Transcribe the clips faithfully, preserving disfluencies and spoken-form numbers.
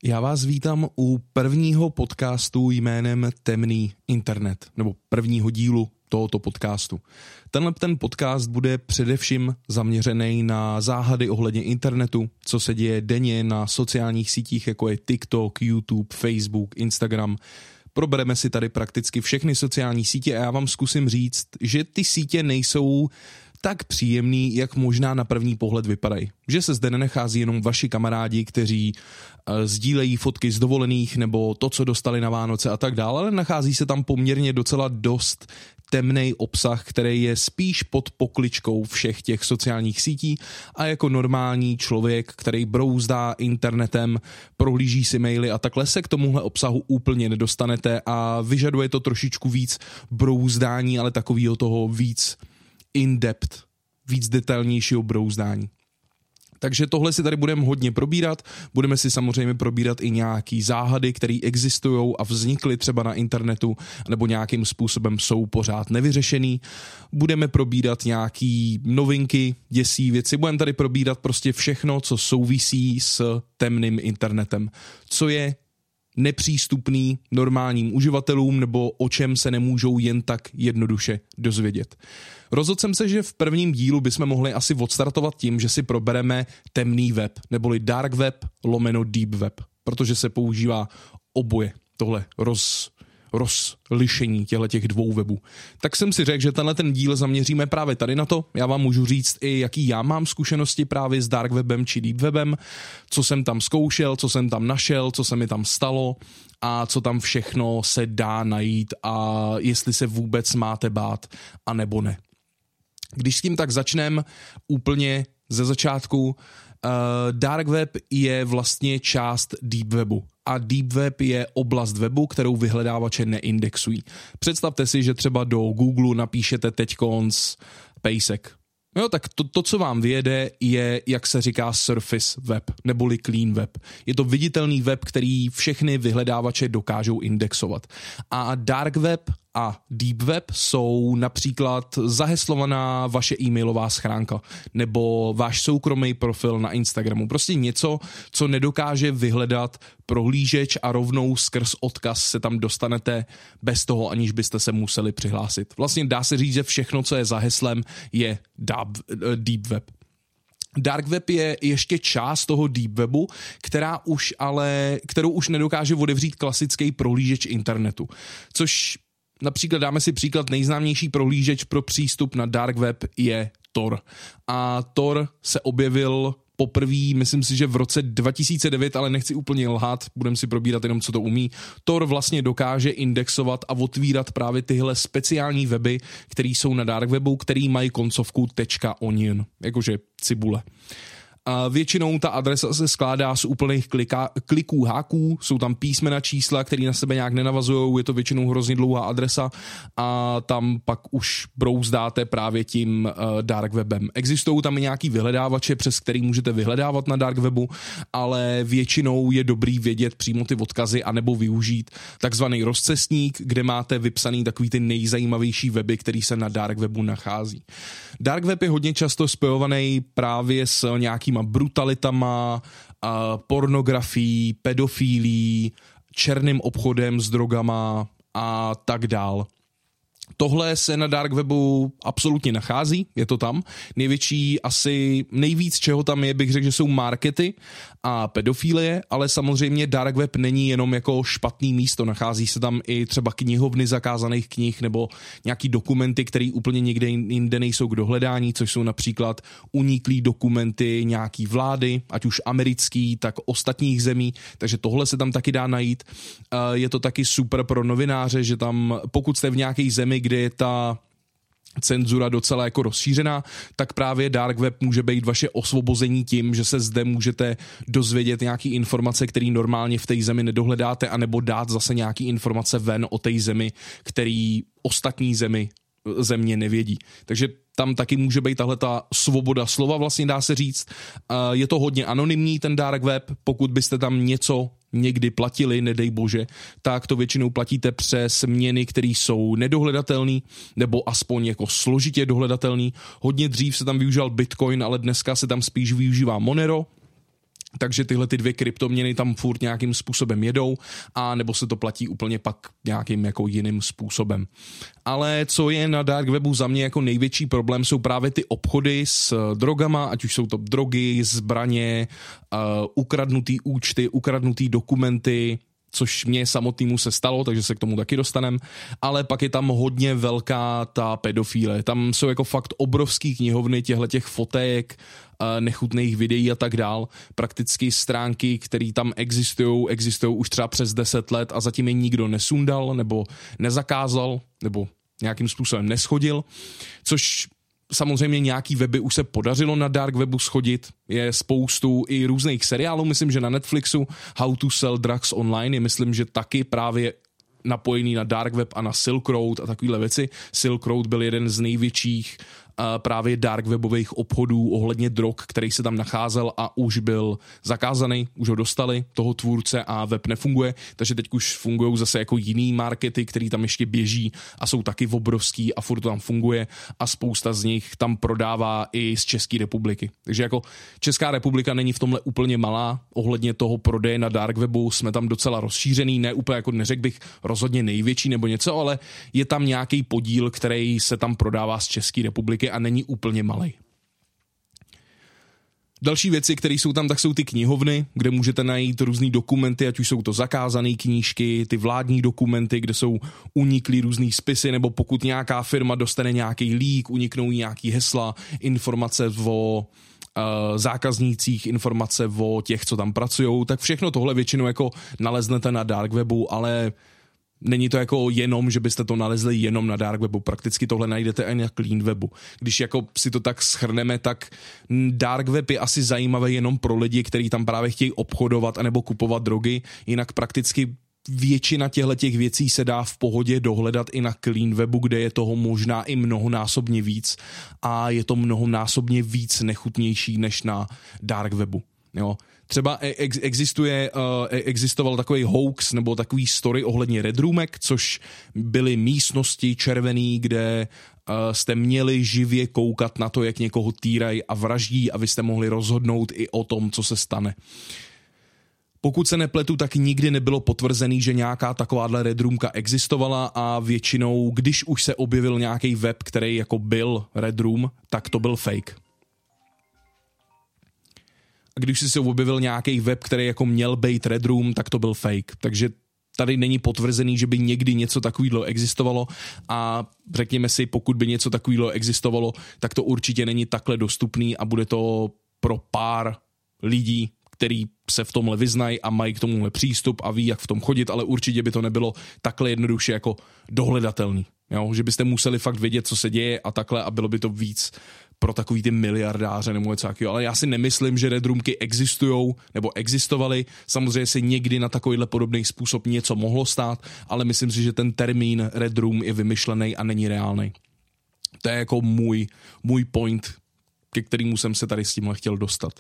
Já vás vítám u prvního podcastu jménem Temný internet, nebo prvního dílu tohoto podcastu. Tenhle ten podcast bude především zaměřený na záhady ohledně internetu, co se děje denně na sociálních sítích, jako je TikTok, YouTube, Facebook, Instagram. Probereme si tady prakticky všechny sociální sítě a já vám zkusím říct, že ty sítě nejsou tak příjemný, jak možná na první pohled vypadají. Že se zde nenachází jenom vaši kamarádi, kteří uh, sdílejí fotky z dovolených nebo to, co dostali na Vánoce a tak dále, ale nachází se tam poměrně docela dost temnej obsah, který je spíš pod pokličkou všech těch sociálních sítí a jako normální člověk, který brouzdá internetem, prohlíží si maily a takhle se k tomuhle obsahu úplně nedostanete a vyžaduje to trošičku víc brouzdání, ale takového toho víc in-depth, víc detailnějšího brouzdání. Takže tohle si tady budeme hodně probírat, budeme si samozřejmě probírat i nějaký záhady, které existují a vznikly třeba na internetu, nebo nějakým způsobem jsou pořád nevyřešený. Budeme probírat nějaký novinky, děsí věci, budeme tady probírat prostě všechno, co souvisí s temným internetem, co je nepřístupný normálním uživatelům nebo o čem se nemůžou jen tak jednoduše dozvědět. Rozhodl jsem se, že v prvním dílu bychom mohli asi odstartovat tím, že si probereme temný web, neboli dark web lomeno deep web, protože se používá oboje, tohle roz, rozlišení těch dvou webů. Tak jsem si řekl, že tenhle ten díl zaměříme právě tady na to. Já vám můžu říct i, jaký já mám zkušenosti právě s dark webem či deep webem, co jsem tam zkoušel, co jsem tam našel, co se mi tam stalo a co tam všechno se dá najít a jestli se vůbec máte bát a nebo ne. Když s tím tak začneme úplně ze začátku, uh, dark web je vlastně část deep webu a deep web je oblast webu, kterou vyhledávače neindexují. Představte si, že třeba do Google napíšete teďkonc pejsek. Jo, tak to, to, co vám vyjede, je, jak se říká, surface web, neboli clean web. Je to viditelný web, který všechny vyhledávače dokážou indexovat. A dark web a deep web jsou například zaheslovaná vaše e-mailová schránka nebo váš soukromý profil na Instagramu. Prostě něco, co nedokáže vyhledat prohlížeč a rovnou skrz odkaz se tam dostanete bez toho, aniž byste se museli přihlásit. Vlastně dá se říct, že všechno, co je za heslem, je deep web. Dark web je ještě část toho deep webu, která už ale, kterou už nedokáže otevřít klasický prohlížeč internetu, což například dáme si příklad, nejznámější prohlížeč pro přístup na dark web je Tor. A Tor se objevil poprvé, myslím si, že v roce dva tisíce devět, ale nechci úplně lhát, budeme si probírat jenom, co to umí. Tor vlastně dokáže indexovat a otvírat právě tyhle speciální weby, které jsou na dark webu, který mají koncovku .onion, jakože cibule. A většinou ta adresa se skládá z úplných klika, kliků, háků, jsou tam písmena, čísla, které na sebe nějak nenavazují, je to většinou hrozně dlouhá adresa a tam pak už brouzdáte právě tím uh, dark webem. Existují tam i nějaký vyhledávače, přes který můžete vyhledávat na dark webu, ale většinou je dobrý vědět přímo ty odkazy anebo využít takzvaný rozcestník, kde máte vypsaný takový ty nejzajímavější weby, který se na dark webu nachází. Dark web je hodně často spojovaný právě s nějakým brutalitama, pornografií, pedofílií, černým obchodem s drogama a tak dál. Tohle se na dark webu absolutně nachází, je to tam. Největší, asi nejvíc, čeho tam je, bych řekl, že jsou markety a pedofilie, ale samozřejmě dark web není jenom jako špatný místo, nachází se tam i třeba knihovny zakázaných knih nebo nějaký dokumenty, které úplně někde jinde nejsou k dohledání, což jsou například uniklý dokumenty nějaký vlády, ať už americký, tak ostatních zemí, takže tohle se tam taky dá najít. Je to taky super pro novináře, že tam, pokud jste v nějaké zemi, kde je ta cenzura docela jako rozšířená, tak právě dark web může být vaše osvobození tím, že se zde můžete dozvědět nějaký informace, které normálně v té zemi nedohledáte, anebo dát zase nějaký informace ven o té zemi, který ostatní zemi země nevědí. Takže tam taky může být tahle ta svoboda slova, vlastně dá se říct. Je to hodně anonymní ten dark web, pokud byste tam něco někdy platili, nedej bože, tak to většinou platíte přes měny, které jsou nedohledatelné, nebo aspoň jako složitě dohledatelné. Hodně dřív se tam využíval Bitcoin, ale dneska se tam spíš využívá Monero, Takže tyhle ty dvě kryptoměny tam furt nějakým způsobem jedou, a nebo se to platí úplně pak nějakým jako jiným způsobem. Ale co je na dark webu za mě jako největší problém, jsou právě ty obchody s drogama, ať už jsou to drogy, zbraně, uh, ukradnutý účty, ukradnutý dokumenty, což mě samotnému se stalo, takže se k tomu taky dostanem, ale pak je tam hodně velká ta pedofíle. Tam jsou jako fakt obrovský knihovny těchhletěch fotek, nechutných videí a tak dál. Prakticky stránky, které tam existují, existují už třeba přes deset let a zatím je nikdo nesundal nebo nezakázal nebo nějakým způsobem neschodil, což samozřejmě nějaký weby už se podařilo na dark webu schodit, je spoustu i různých seriálů, myslím, že na Netflixu How to Sell Drugs Online je, myslím, že taky právě napojený na dark web a na Silk Road a takovýhle věci. Silk Road byl jeden z největších uh, právě dark webových obchodů ohledně drog, který se tam nacházel a už byl zakázaný, už ho dostali, toho tvůrce, a web nefunguje, takže teď už fungují zase jako jiný markety, který tam ještě běží a jsou taky obrovský a furt to tam funguje a spousta z nich tam prodává i z České republiky. Takže jako Česká republika není v tomhle úplně malá, ohledně toho prodeje na dark webu jsme tam docela rozšířený, ne úplně jako neřekl bych rozhodně největší nebo něco, ale je tam nějaký podíl, který se tam prodává z České republiky a není úplně malej. Další věci, které jsou tam, tak jsou ty knihovny, kde můžete najít různý dokumenty, ať už jsou to zakázané knížky, ty vládní dokumenty, kde jsou uniklý různý spisy, nebo pokud nějaká firma dostane nějaký leak, uniknou nějaký hesla, informace o Uh, zákaznících, informace o těch, co tam pracují, tak všechno tohle většinou jako naleznete na dark webu, ale není to jako jenom, že byste to nalezli jenom na dark webu, prakticky tohle najdete i na clean webu. Když jako si to tak shrneme, tak dark web je asi zajímavý jenom pro lidi, kteří tam právě chtějí obchodovat anebo kupovat drogy, jinak prakticky většina těchto věcí se dá v pohodě dohledat i na clean webu, kde je toho možná i mnohonásobně víc a je to mnohonásobně víc nechutnější než na dark webu. Jo. Třeba ex- existuje, uh, existoval takový hoax nebo takový story ohledně Red Roomek, což byly místnosti červený, kde uh, jste měli živě koukat na to, jak někoho týrají a vraždí, a vy jste mohli rozhodnout i o tom, co se stane. Pokud se nepletu, tak nikdy nebylo potvrzený, že nějaká takováhle Red Roomka existovala, a většinou, když už se objevil nějaký web, který jako byl Red Room, tak to byl fake. A když si se objevil nějaký web, který jako měl být Red Room, tak to byl fake. Takže tady není potvrzený, že by někdy něco takového existovalo, a řekněme si, pokud by něco takového existovalo, tak to určitě není takhle dostupný a bude to pro pár lidí, který se v tomhle vyznají a mají k tomuhle přístup a ví, jak v tom chodit, ale určitě by to nebylo takhle jednoduše jako dohledatelný. Jo? Že byste museli fakt vědět, co se děje a takhle, a bylo by to víc pro takový ty miliardáře nebo něco takového. Ale já si nemyslím, že Red Roomky existujou nebo existovaly. Samozřejmě se někdy na takovýhle podobný způsob něco mohlo stát, ale myslím si, že ten termín Red Room je vymyšlený a není reálný. To je jako můj, můj point, ke kterému jsem se tady s tímhle chtěl dostat.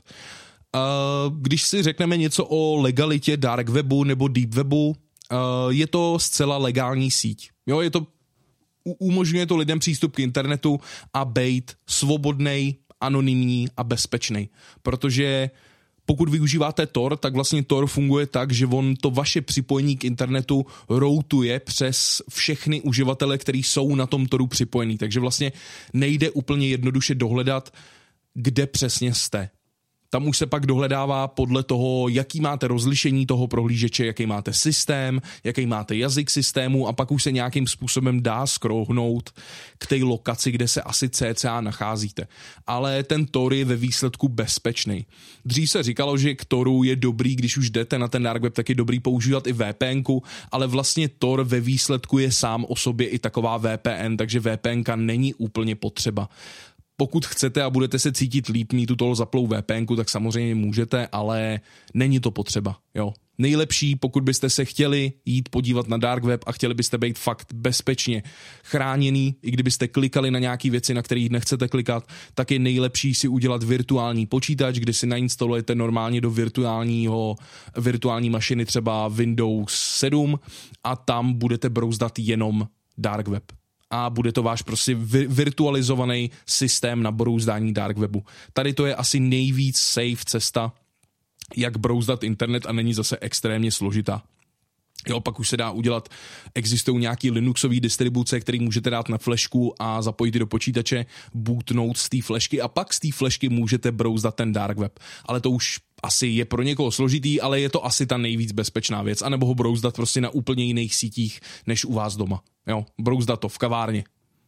Uh, když si řekneme něco o legalitě dark webu nebo deep webu, uh, je to zcela legální síť. Jo, je to, umožňuje to lidem přístup k internetu a být svobodnej, anonymní a bezpečný. Protože pokud využíváte Tor, tak vlastně Tor funguje tak, že on to vaše připojení k internetu routuje přes všechny uživatele, kteří jsou na tom Toru připojení. Takže vlastně nejde úplně jednoduše dohledat, kde přesně jste. Tam už se pak dohledává podle toho, jaký máte rozlišení toho prohlížeče, jaký máte systém, jaký máte jazyk systému, a pak už se nějakým způsobem dá skrouhnout k té lokaci, kde se asi cca nacházíte. Ale ten Tor je ve výsledku bezpečný. Dřív se říkalo, že k Toru je dobrý, když už jdete na ten dark web, tak je dobrý používat i V P N ku, ale vlastně Tor ve výsledku je sám o sobě i taková V P N, takže V P N ka není úplně potřeba. Pokud chcete a budete se cítit líp mít tuto zaplou V P N ku, tak samozřejmě můžete, ale není to potřeba. Jo. Nejlepší, pokud byste se chtěli jít podívat na dark web a chtěli byste být fakt bezpečně chráněný, i kdybyste klikali na nějaké věci, na které nechcete klikat, tak je nejlepší si udělat virtuální počítač, kde si nainstalujete normálně do virtuálního, virtuální mašiny třeba Windows sedm a tam budete brouzdat jenom dark web. A bude to váš prostě virtualizovaný systém na brouzdání dark webu. Tady to je asi nejvíc safe cesta, jak brouzdat internet a není zase extrémně složitá. Jo, pak už se dá udělat, existují nějaký Linuxový distribuce, který můžete dát na flešku a zapojit do počítače, bootnout z té flešky a pak z té flešky můžete brouzdat ten dark web. Ale to už asi je pro někoho složitý, ale je to asi ta nejvíc bezpečná věc. A nebo ho brouzdat prostě na úplně jiných sítích, než u vás doma. Jo, brouzdat to v kavárně,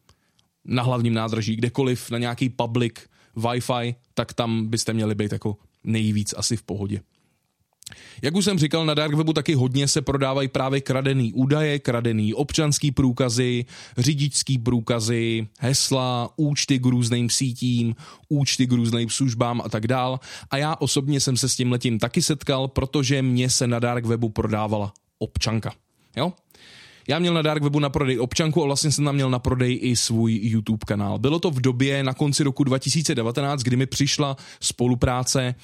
na hlavním nádraží, kdekoliv, na nějaký public Wi-Fi, tak tam byste měli být jako nejvíc asi v pohodě. Jak už jsem říkal, na dark webu taky hodně se prodávají právě kradený údaje, kradený občanský průkazy, řidičský průkazy, hesla, účty k různým sítím, účty k různým službám a tak dál. A já osobně jsem se s tímhletím taky setkal, protože mě se na dark webu prodávala občanka. Jo? Já měl na dark webu na prodej občanku a vlastně jsem tam měl na prodej i svůj YouTube kanál. Bylo to v době na konci roku dva tisíce devatenáct, kdy mi přišla spolupráce,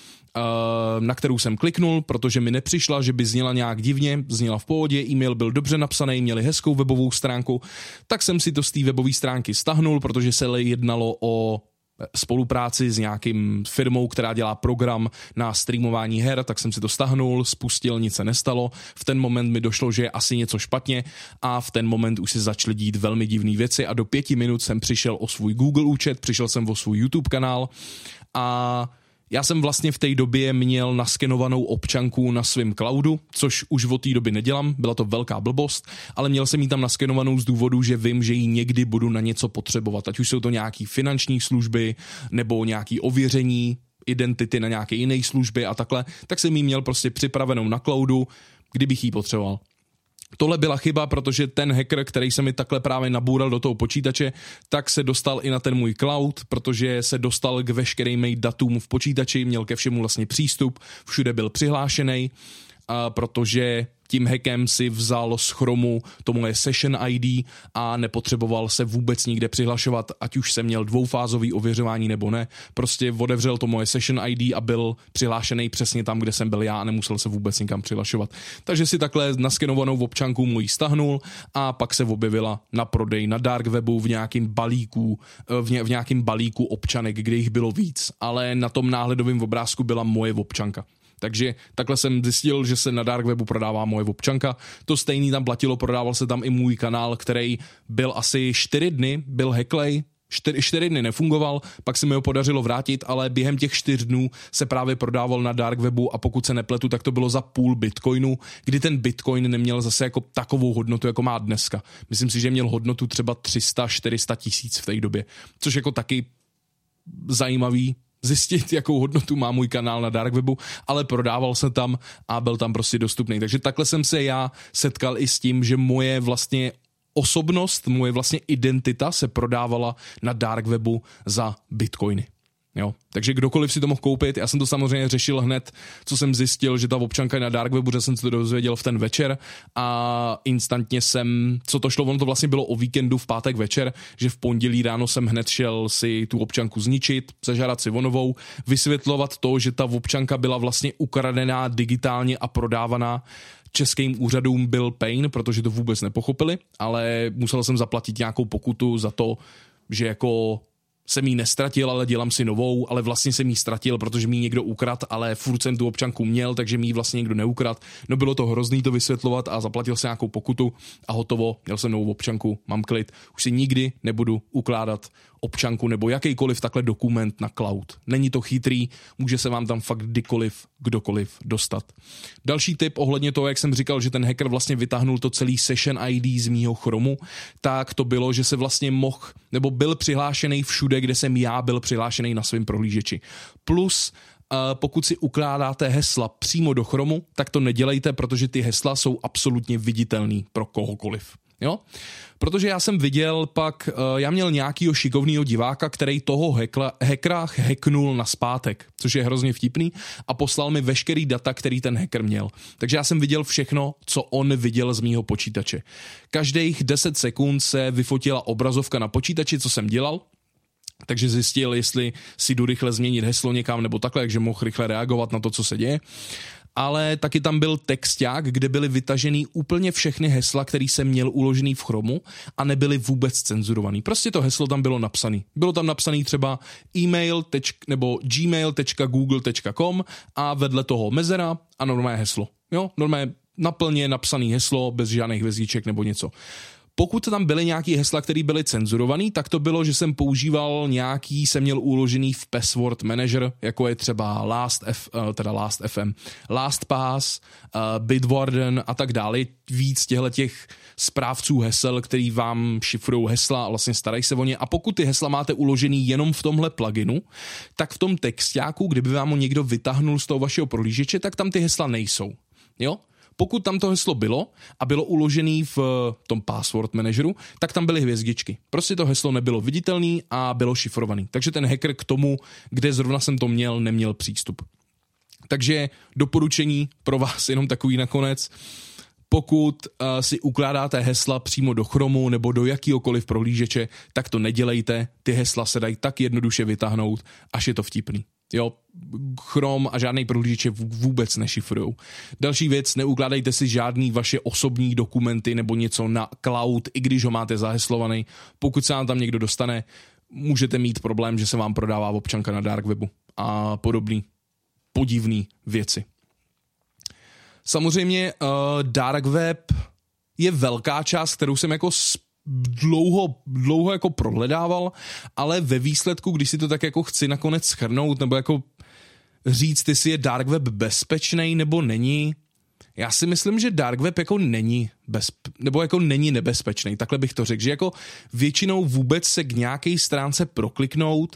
na kterou jsem kliknul, protože mi nepřišla, že by zněla nějak divně, zněla v pohodě, e-mail byl dobře napsaný, měli hezkou webovou stránku, tak jsem si to z té webové stránky stáhnul, protože se jednalo o spolupráci s nějakým firmou, která dělá program na streamování her, tak jsem si to stáhnul, spustil, nic se nestalo. V ten moment mi došlo, že je asi něco špatně a v ten moment už se začaly dít velmi divné věci a do pěti minut jsem přišel o svůj Google účet, přišel jsem o svůj YouTube kanál a já jsem vlastně v té době měl naskenovanou občanku na svém cloudu, což už od té doby nedělám, byla to velká blbost, ale měl jsem ji tam naskenovanou z důvodu, že vím, že ji někdy budu na něco potřebovat, ať už jsou to nějaký finanční služby nebo nějaký ověření identity na nějaké jiné služby a takhle, tak jsem ji měl prostě připravenou na cloudu, kdybych ji potřeboval. Tohle byla chyba, protože ten hacker, který se mi takhle právě naboural do toho počítače, tak se dostal i na ten můj cloud, protože se dostal k veškerým mým datům v počítači, měl ke všemu vlastně přístup, všude byl přihlášený, a protože tím hackem si vzal z Chromu to moje Session I D a nepotřeboval se vůbec nikde přihlašovat, ať už jsem měl dvoufázový ověřování nebo ne. Prostě otevřel to moje Session I D a byl přihlášený přesně tam, kde jsem byl já a nemusel se vůbec nikam přihlašovat. Takže si takhle naskenovanou občanku můj stahnul a pak se objevila na prodej na dark webu v nějakým balíku, v, ně, v nějakým balíku občanek, kde jich bylo víc, ale na tom náhledovém obrázku byla moje občanka. Takže takhle jsem zjistil, že se na dark webu prodává moje občanka. To stejný tam platilo, prodával se tam i můj kanál, který byl asi čtyři dny, byl hacklej, čtyři, čtyři dny nefungoval, pak se mi ho podařilo vrátit, ale během těch čtyř dnů se právě prodával na dark webu a pokud se nepletu, tak to bylo za půl bitcoinu, kdy ten bitcoin neměl zase jako takovou hodnotu, jako má dneska. Myslím si, že měl hodnotu třeba tři sta čtyři sta tisíc v té době, což jako taky zajímavý zjistit, jakou hodnotu má můj kanál na dark webu, ale prodával se tam a byl tam prostě dostupný. Takže takhle jsem se já setkal i s tím, že moje vlastně osobnost, moje vlastně identita se prodávala na dark webu za bitcoiny. Jo, takže kdokoliv si to mohl koupit, já jsem to samozřejmě řešil hned, co jsem zjistil, že ta občanka je na dark webu, že jsem se to dozvěděl v ten večer a instantně jsem, co to šlo, ono to vlastně bylo o víkendu v pátek večer, že v pondělí ráno jsem hned šel si tu občanku zničit, zažádat si o novou, vysvětlovat to, že ta občanka byla vlastně ukradená digitálně a prodávaná. Českým úřadům byl pain, protože to vůbec nepochopili, ale musel jsem zaplatit nějakou pokutu za to, že jako jsem jí nestratil, ale dělám si novou, ale vlastně jsem jí ztratil, protože mi ji někdo ukradl, ale furt jsem tu občanku měl, takže mi ji vlastně někdo neukradl. No bylo to hrozný to vysvětlovat a zaplatil jsem nějakou pokutu a hotovo, měl jsem novou občanku, mám klid. Už si nikdy nebudu ukládat občanku nebo jakýkoliv takhle dokument na cloud. Není to chytrý, může se vám tam fakt kdykoliv, kdokoliv dostat. Další tip ohledně toho, jak jsem říkal, že ten hacker vlastně vytáhnul to celý Session I D z mýho Chromu, tak to bylo, že se vlastně mohl, nebo byl přihlášený všude, kde jsem já byl přihlášený na svém prohlížeči. Plus pokud si ukládáte hesla přímo do Chromu, tak to nedělejte, protože ty hesla jsou absolutně viditelný pro kohokoliv. Jo? Protože já jsem viděl pak, já měl nějakýho šikovného diváka, který toho hackla, hackera hacknul naspátek, což je hrozně vtipný a poslal mi veškerý data, který ten hacker měl. Takže já jsem viděl všechno, co on viděl z mýho počítače. Každých deset sekund se vyfotila obrazovka na počítači, co jsem dělal, takže zjistil, jestli si jdu rychle změnit heslo někam nebo takhle, takže mohl rychle reagovat na to, co se děje. ale taky tam byl texták, kde byly vytažený úplně všechny hesla, který jsem měl uložený v Chromu a nebyly vůbec cenzurovaný. Prostě to heslo tam bylo napsané. Bylo tam napsaný třeba e-mail nebo gmail tečka google tečka com a vedle toho mezera a normální heslo. Jo, normálně naplně napsaný heslo bez žádných hvězdiček nebo něco. Pokud tam byly nějaký hesla, které byly cenzurovaný, tak to bylo, že jsem používal nějaký, jsem měl uložený v Password Manager, jako je třeba Last F, teda Last F M, LastPass, uh, Bitwarden a tak dále. Víc těchto těch správců hesel, který vám šifrujou hesla a vlastně starají se o ně. A pokud ty hesla máte uložený jenom v tomhle pluginu, tak v tom textáku, kdyby vám ho někdo vytáhnul z toho vašeho prohlížeče, tak tam ty hesla nejsou. Jo? Pokud tam to heslo bylo a bylo uložené v tom password manageru, tak tam byly hvězdičky. Prostě to heslo nebylo viditelné a bylo šifrované. Takže ten hacker k tomu, kde zrovna jsem to měl, neměl přístup. Takže doporučení pro vás jenom takový nakonec. Pokud uh, si ukládáte hesla přímo do Chromu nebo do jakýhokoliv prohlížeče, tak to nedělejte. Ty hesla se dají tak jednoduše vytáhnout, až je to vtipný. Jo, Chrome a žádný prohlížeče vůbec nešifrujou. Další věc, neukládejte si žádný vaše osobní dokumenty nebo něco na cloud, i když ho máte zaheslovaný. Pokud se vám tam někdo dostane, můžete mít problém, že se vám prodává občanka na dark webu a podobný podivný věci. Samozřejmě uh, dark web je velká část, kterou jsem jako dlouho, dlouho jako prohledával, ale ve výsledku, když si to tak jako chci nakonec shrnout, nebo jako říct, jestli je dark web bezpečný nebo není, já si myslím, že dark web jako není bezp- nebo jako není nebezpečný, takhle bych to řekl, že jako většinou vůbec se k nějaké stránce prokliknout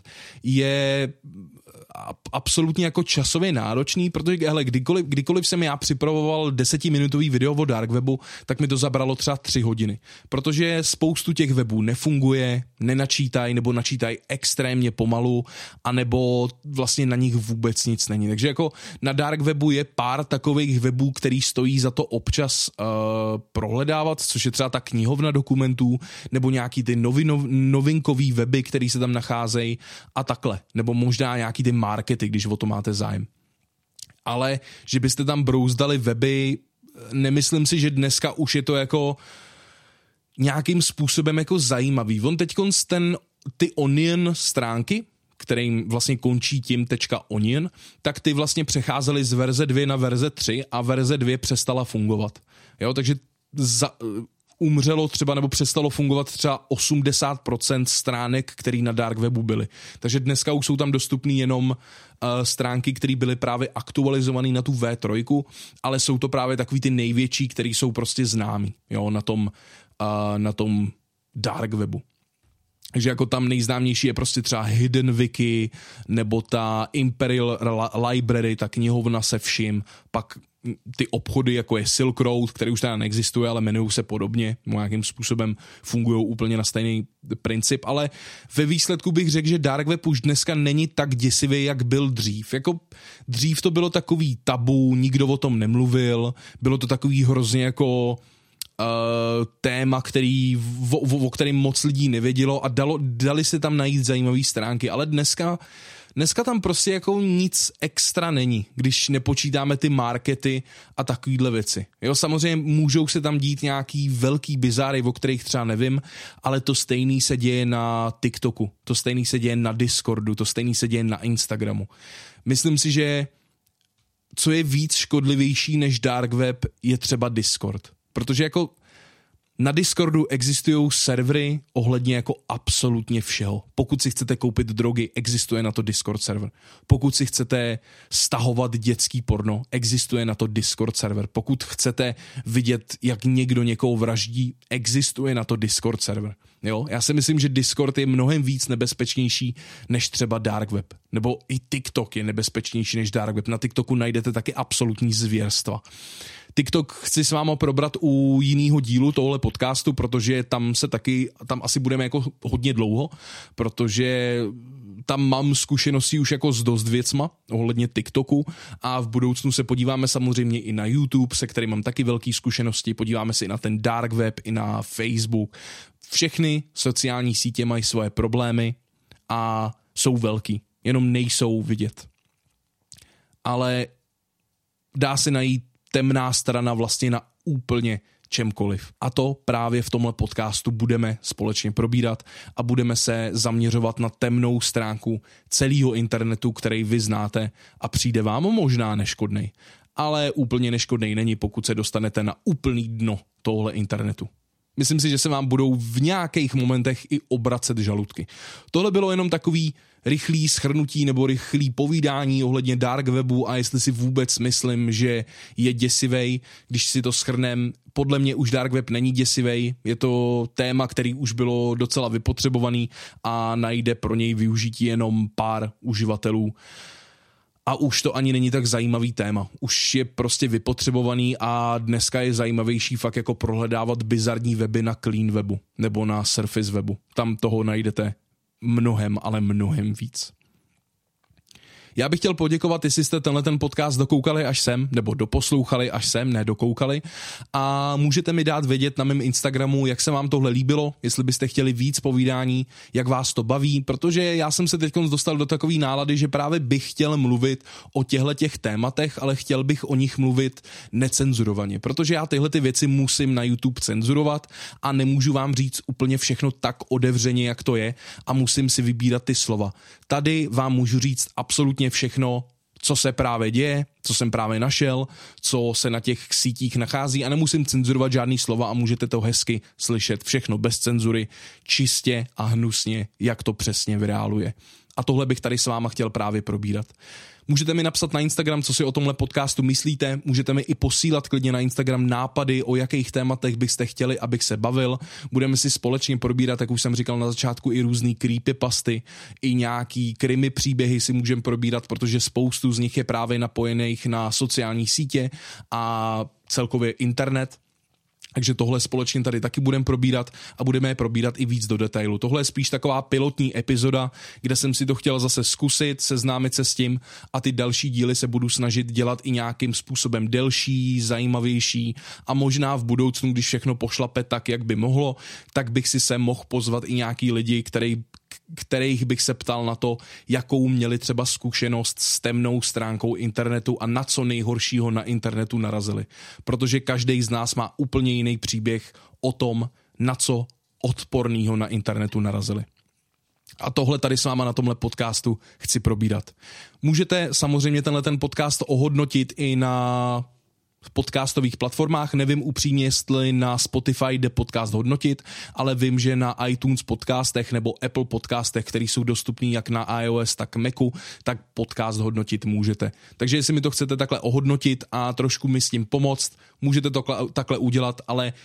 je absolutně jako časově náročný, protože hele, kdykoliv, kdykoliv jsem já připravoval desetiminutový video o dark webu, tak mi to zabralo třeba tři hodiny, protože spoustu těch webů nefunguje, nenačítají nebo načítají extrémně pomalu, anebo vlastně na nich vůbec nic není. Takže jako na dark webu je pár takových webů, který stojí za to občas uh, prohledávat, což je třeba ta knihovna dokumentů, nebo nějaký ty novino, novinkový weby, který se tam nacházejí a takhle, nebo možná nějaký ty markety, když o to máte zájem. Ale že byste tam brouzdali weby, nemyslím si, že dneska už je to jako nějakým způsobem jako zajímavý. On teďkonc ten, ty Onion stránky, kterým vlastně končí tím .onion, tak ty vlastně přecházely z verze dvě na verze tři a verze dvě přestala fungovat. Jo, takže za, umřelo třeba nebo přestalo fungovat třeba osmdesát procent stránek, které na dark webu byly. Takže dneska už jsou tam dostupné jenom uh, stránky, které byly právě aktualizované na tu V tři, ale jsou to právě takový ty největší, které jsou prostě známý, jo, na tom, uh, na tom dark webu. Takže jako tam nejznámější je prostě třeba Hidden Wiki nebo ta Imperial Library, ta knihovna se vším, pak ty obchody, jako je Silk Road, který už teda neexistuje, ale jmenují se podobně, nějakým způsobem fungují úplně na stejný princip, ale ve výsledku bych řekl, že dark web už dneska není tak děsivý, jak byl dřív. Jako dřív to bylo takový tabu, nikdo o tom nemluvil, bylo to takový hrozně jako Uh, téma, který, o, o, o kterém moc lidí nevědělo a dalo, dali se tam najít zajímavé stránky, ale dneska, dneska tam prostě jako nic extra není, když nepočítáme ty markety a takovýhle věci. Jo, samozřejmě můžou se tam dít nějaký velký bizáry, o kterých třeba nevím, ale to stejný se děje na TikToku, to stejný se děje na Discordu, to stejný se děje na Instagramu. Myslím si, že co je víc škodlivější než dark web, je třeba Discord. Protože jako na Discordu existují servery ohledně jako absolutně všeho. Pokud si chcete koupit drogy, existuje na to Discord server. Pokud si chcete stahovat dětský porno, existuje na to Discord server. Pokud chcete vidět, jak někdo někoho vraždí, existuje na to Discord server. Jo? Já si myslím, že Discord je mnohem víc nebezpečnější než třeba dark web. Nebo i TikTok je nebezpečnější než dark web. Na TikToku najdete taky absolutní zvěrstva. TikTok chci s váma probrat u jiného dílu tohle podcastu, protože tam se taky, tam asi budeme jako hodně dlouho, protože tam mám zkušenosti už jako s dost věcma ohledně TikToku a v budoucnu se podíváme samozřejmě i na YouTube, se kterým mám taky velké zkušenosti, podíváme se i na ten dark web, i na Facebook. Všechny sociální sítě mají svoje problémy a jsou velký, jenom nejsou vidět. Ale dá se najít temná strana vlastně na úplně čemkoliv. A to právě v tomhle podcastu budeme společně probírat a budeme se zaměřovat na temnou stránku celého internetu, který vy znáte a přijde vám možná neškodnej. Ale úplně neškodnej není, pokud se dostanete na úplný dno tohle internetu. Myslím si, že se vám budou v nějakých momentech i obracet žaludky. Tohle bylo jenom takový rychlý shrnutí nebo rychlý povídání ohledně dark webu a jestli si vůbec myslím, že je děsivej. Když si to shrnem, podle mě už dark web není děsivej, je to téma, který už bylo docela vypotřebovaný a najde pro něj využití jenom pár uživatelů. A už to ani není tak zajímavý téma. Už je prostě vypotřebovaný a dneska je zajímavější fakt jako prohledávat bizarní weby na Clean webu nebo na Surface webu. Tam toho najdete mnohem, ale mnohem víc. Já bych chtěl poděkovat, jestli jste tenhle ten podcast dokoukali až sem, nebo doposlouchali až sem, ne dokoukali. A můžete mi dát vědět na mém Instagramu, jak se vám tohle líbilo, jestli byste chtěli víc povídání, jak vás to baví, protože já jsem se teď dostal do takové nálady, že právě bych chtěl mluvit o těchto těch tématech, ale chtěl bych o nich mluvit necenzurovaně, protože já tyhle ty věci musím na YouTube cenzurovat a nemůžu vám říct úplně všechno tak otevřeně, jak to je a musím si vybírat ty slova. Tady vám můžu říct absolutně všechno, co se právě děje, co jsem právě našel, co se na těch sítích nachází a nemusím cenzurovat žádný slova a můžete to hezky slyšet všechno bez cenzury, čistě a hnusně, jak to přesně v reálu je. A tohle bych tady s váma chtěl právě probírat. Můžete mi napsat na Instagram, co si o tomhle podcastu myslíte, můžete mi i posílat klidně na Instagram nápady, o jakých tématech byste chtěli, abych se bavil. Budeme si společně probírat, jak už jsem říkal na začátku, i různý creepypasty, i nějaký krimi příběhy si můžeme probírat, protože spoustu z nich je právě napojených na sociální sítě a celkově internet. Takže tohle společně tady taky budeme probírat a budeme je probírat i víc do detailu. Tohle je spíš taková pilotní epizoda, kde jsem si to chtěl zase zkusit, seznámit se s tím a ty další díly se budu snažit dělat i nějakým způsobem delší, zajímavější a možná v budoucnu, když všechno pošlape tak, jak by mohlo, tak bych si sem mohl pozvat i nějaký lidi, který kterých bych se ptal na to, jakou měli třeba zkušenost s temnou stránkou internetu a na co nejhoršího na internetu narazili. Protože každý z nás má úplně jiný příběh o tom, na co odporného na internetu narazili. A tohle tady s váma na tomhle podcastu chci probírat. Můžete samozřejmě tenhle ten podcast ohodnotit i na v podcastových platformách, nevím upřímně, jestli na Spotify jde podcast hodnotit, ale vím, že na iTunes podcastech nebo Apple podcastech, které jsou dostupný jak na iOS, tak Macu, tak podcast hodnotit můžete. Takže jestli mi to chcete takhle ohodnotit a trošku mi s tím pomoct, můžete to takhle udělat, ale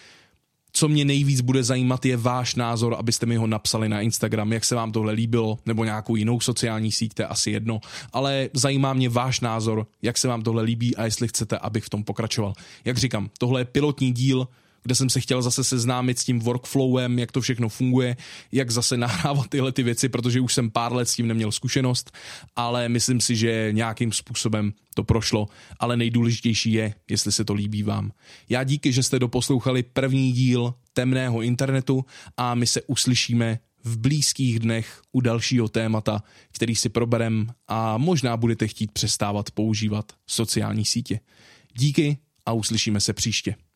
co mě nejvíc bude zajímat, je váš názor, abyste mi ho napsali na Instagram, jak se vám tohle líbilo, nebo nějakou jinou sociální síť, to je asi jedno, ale zajímá mě váš názor, jak se vám tohle líbí a jestli chcete, abych v tom pokračoval. Jak říkám, tohle je pilotní díl, kde jsem se chtěl zase seznámit s tím workflowem, jak to všechno funguje, jak zase nahrávat tyhle ty věci, protože už jsem pár let s tím neměl zkušenost, ale myslím si, že nějakým způsobem to prošlo, ale nejdůležitější je, jestli se to líbí vám. Já díky, že jste doposlouchali první díl temného internetu a my se uslyšíme v blízkých dnech u dalšího témata, který si proberem a možná budete chtít přestávat používat sociální sítě. Díky a uslyšíme se příště.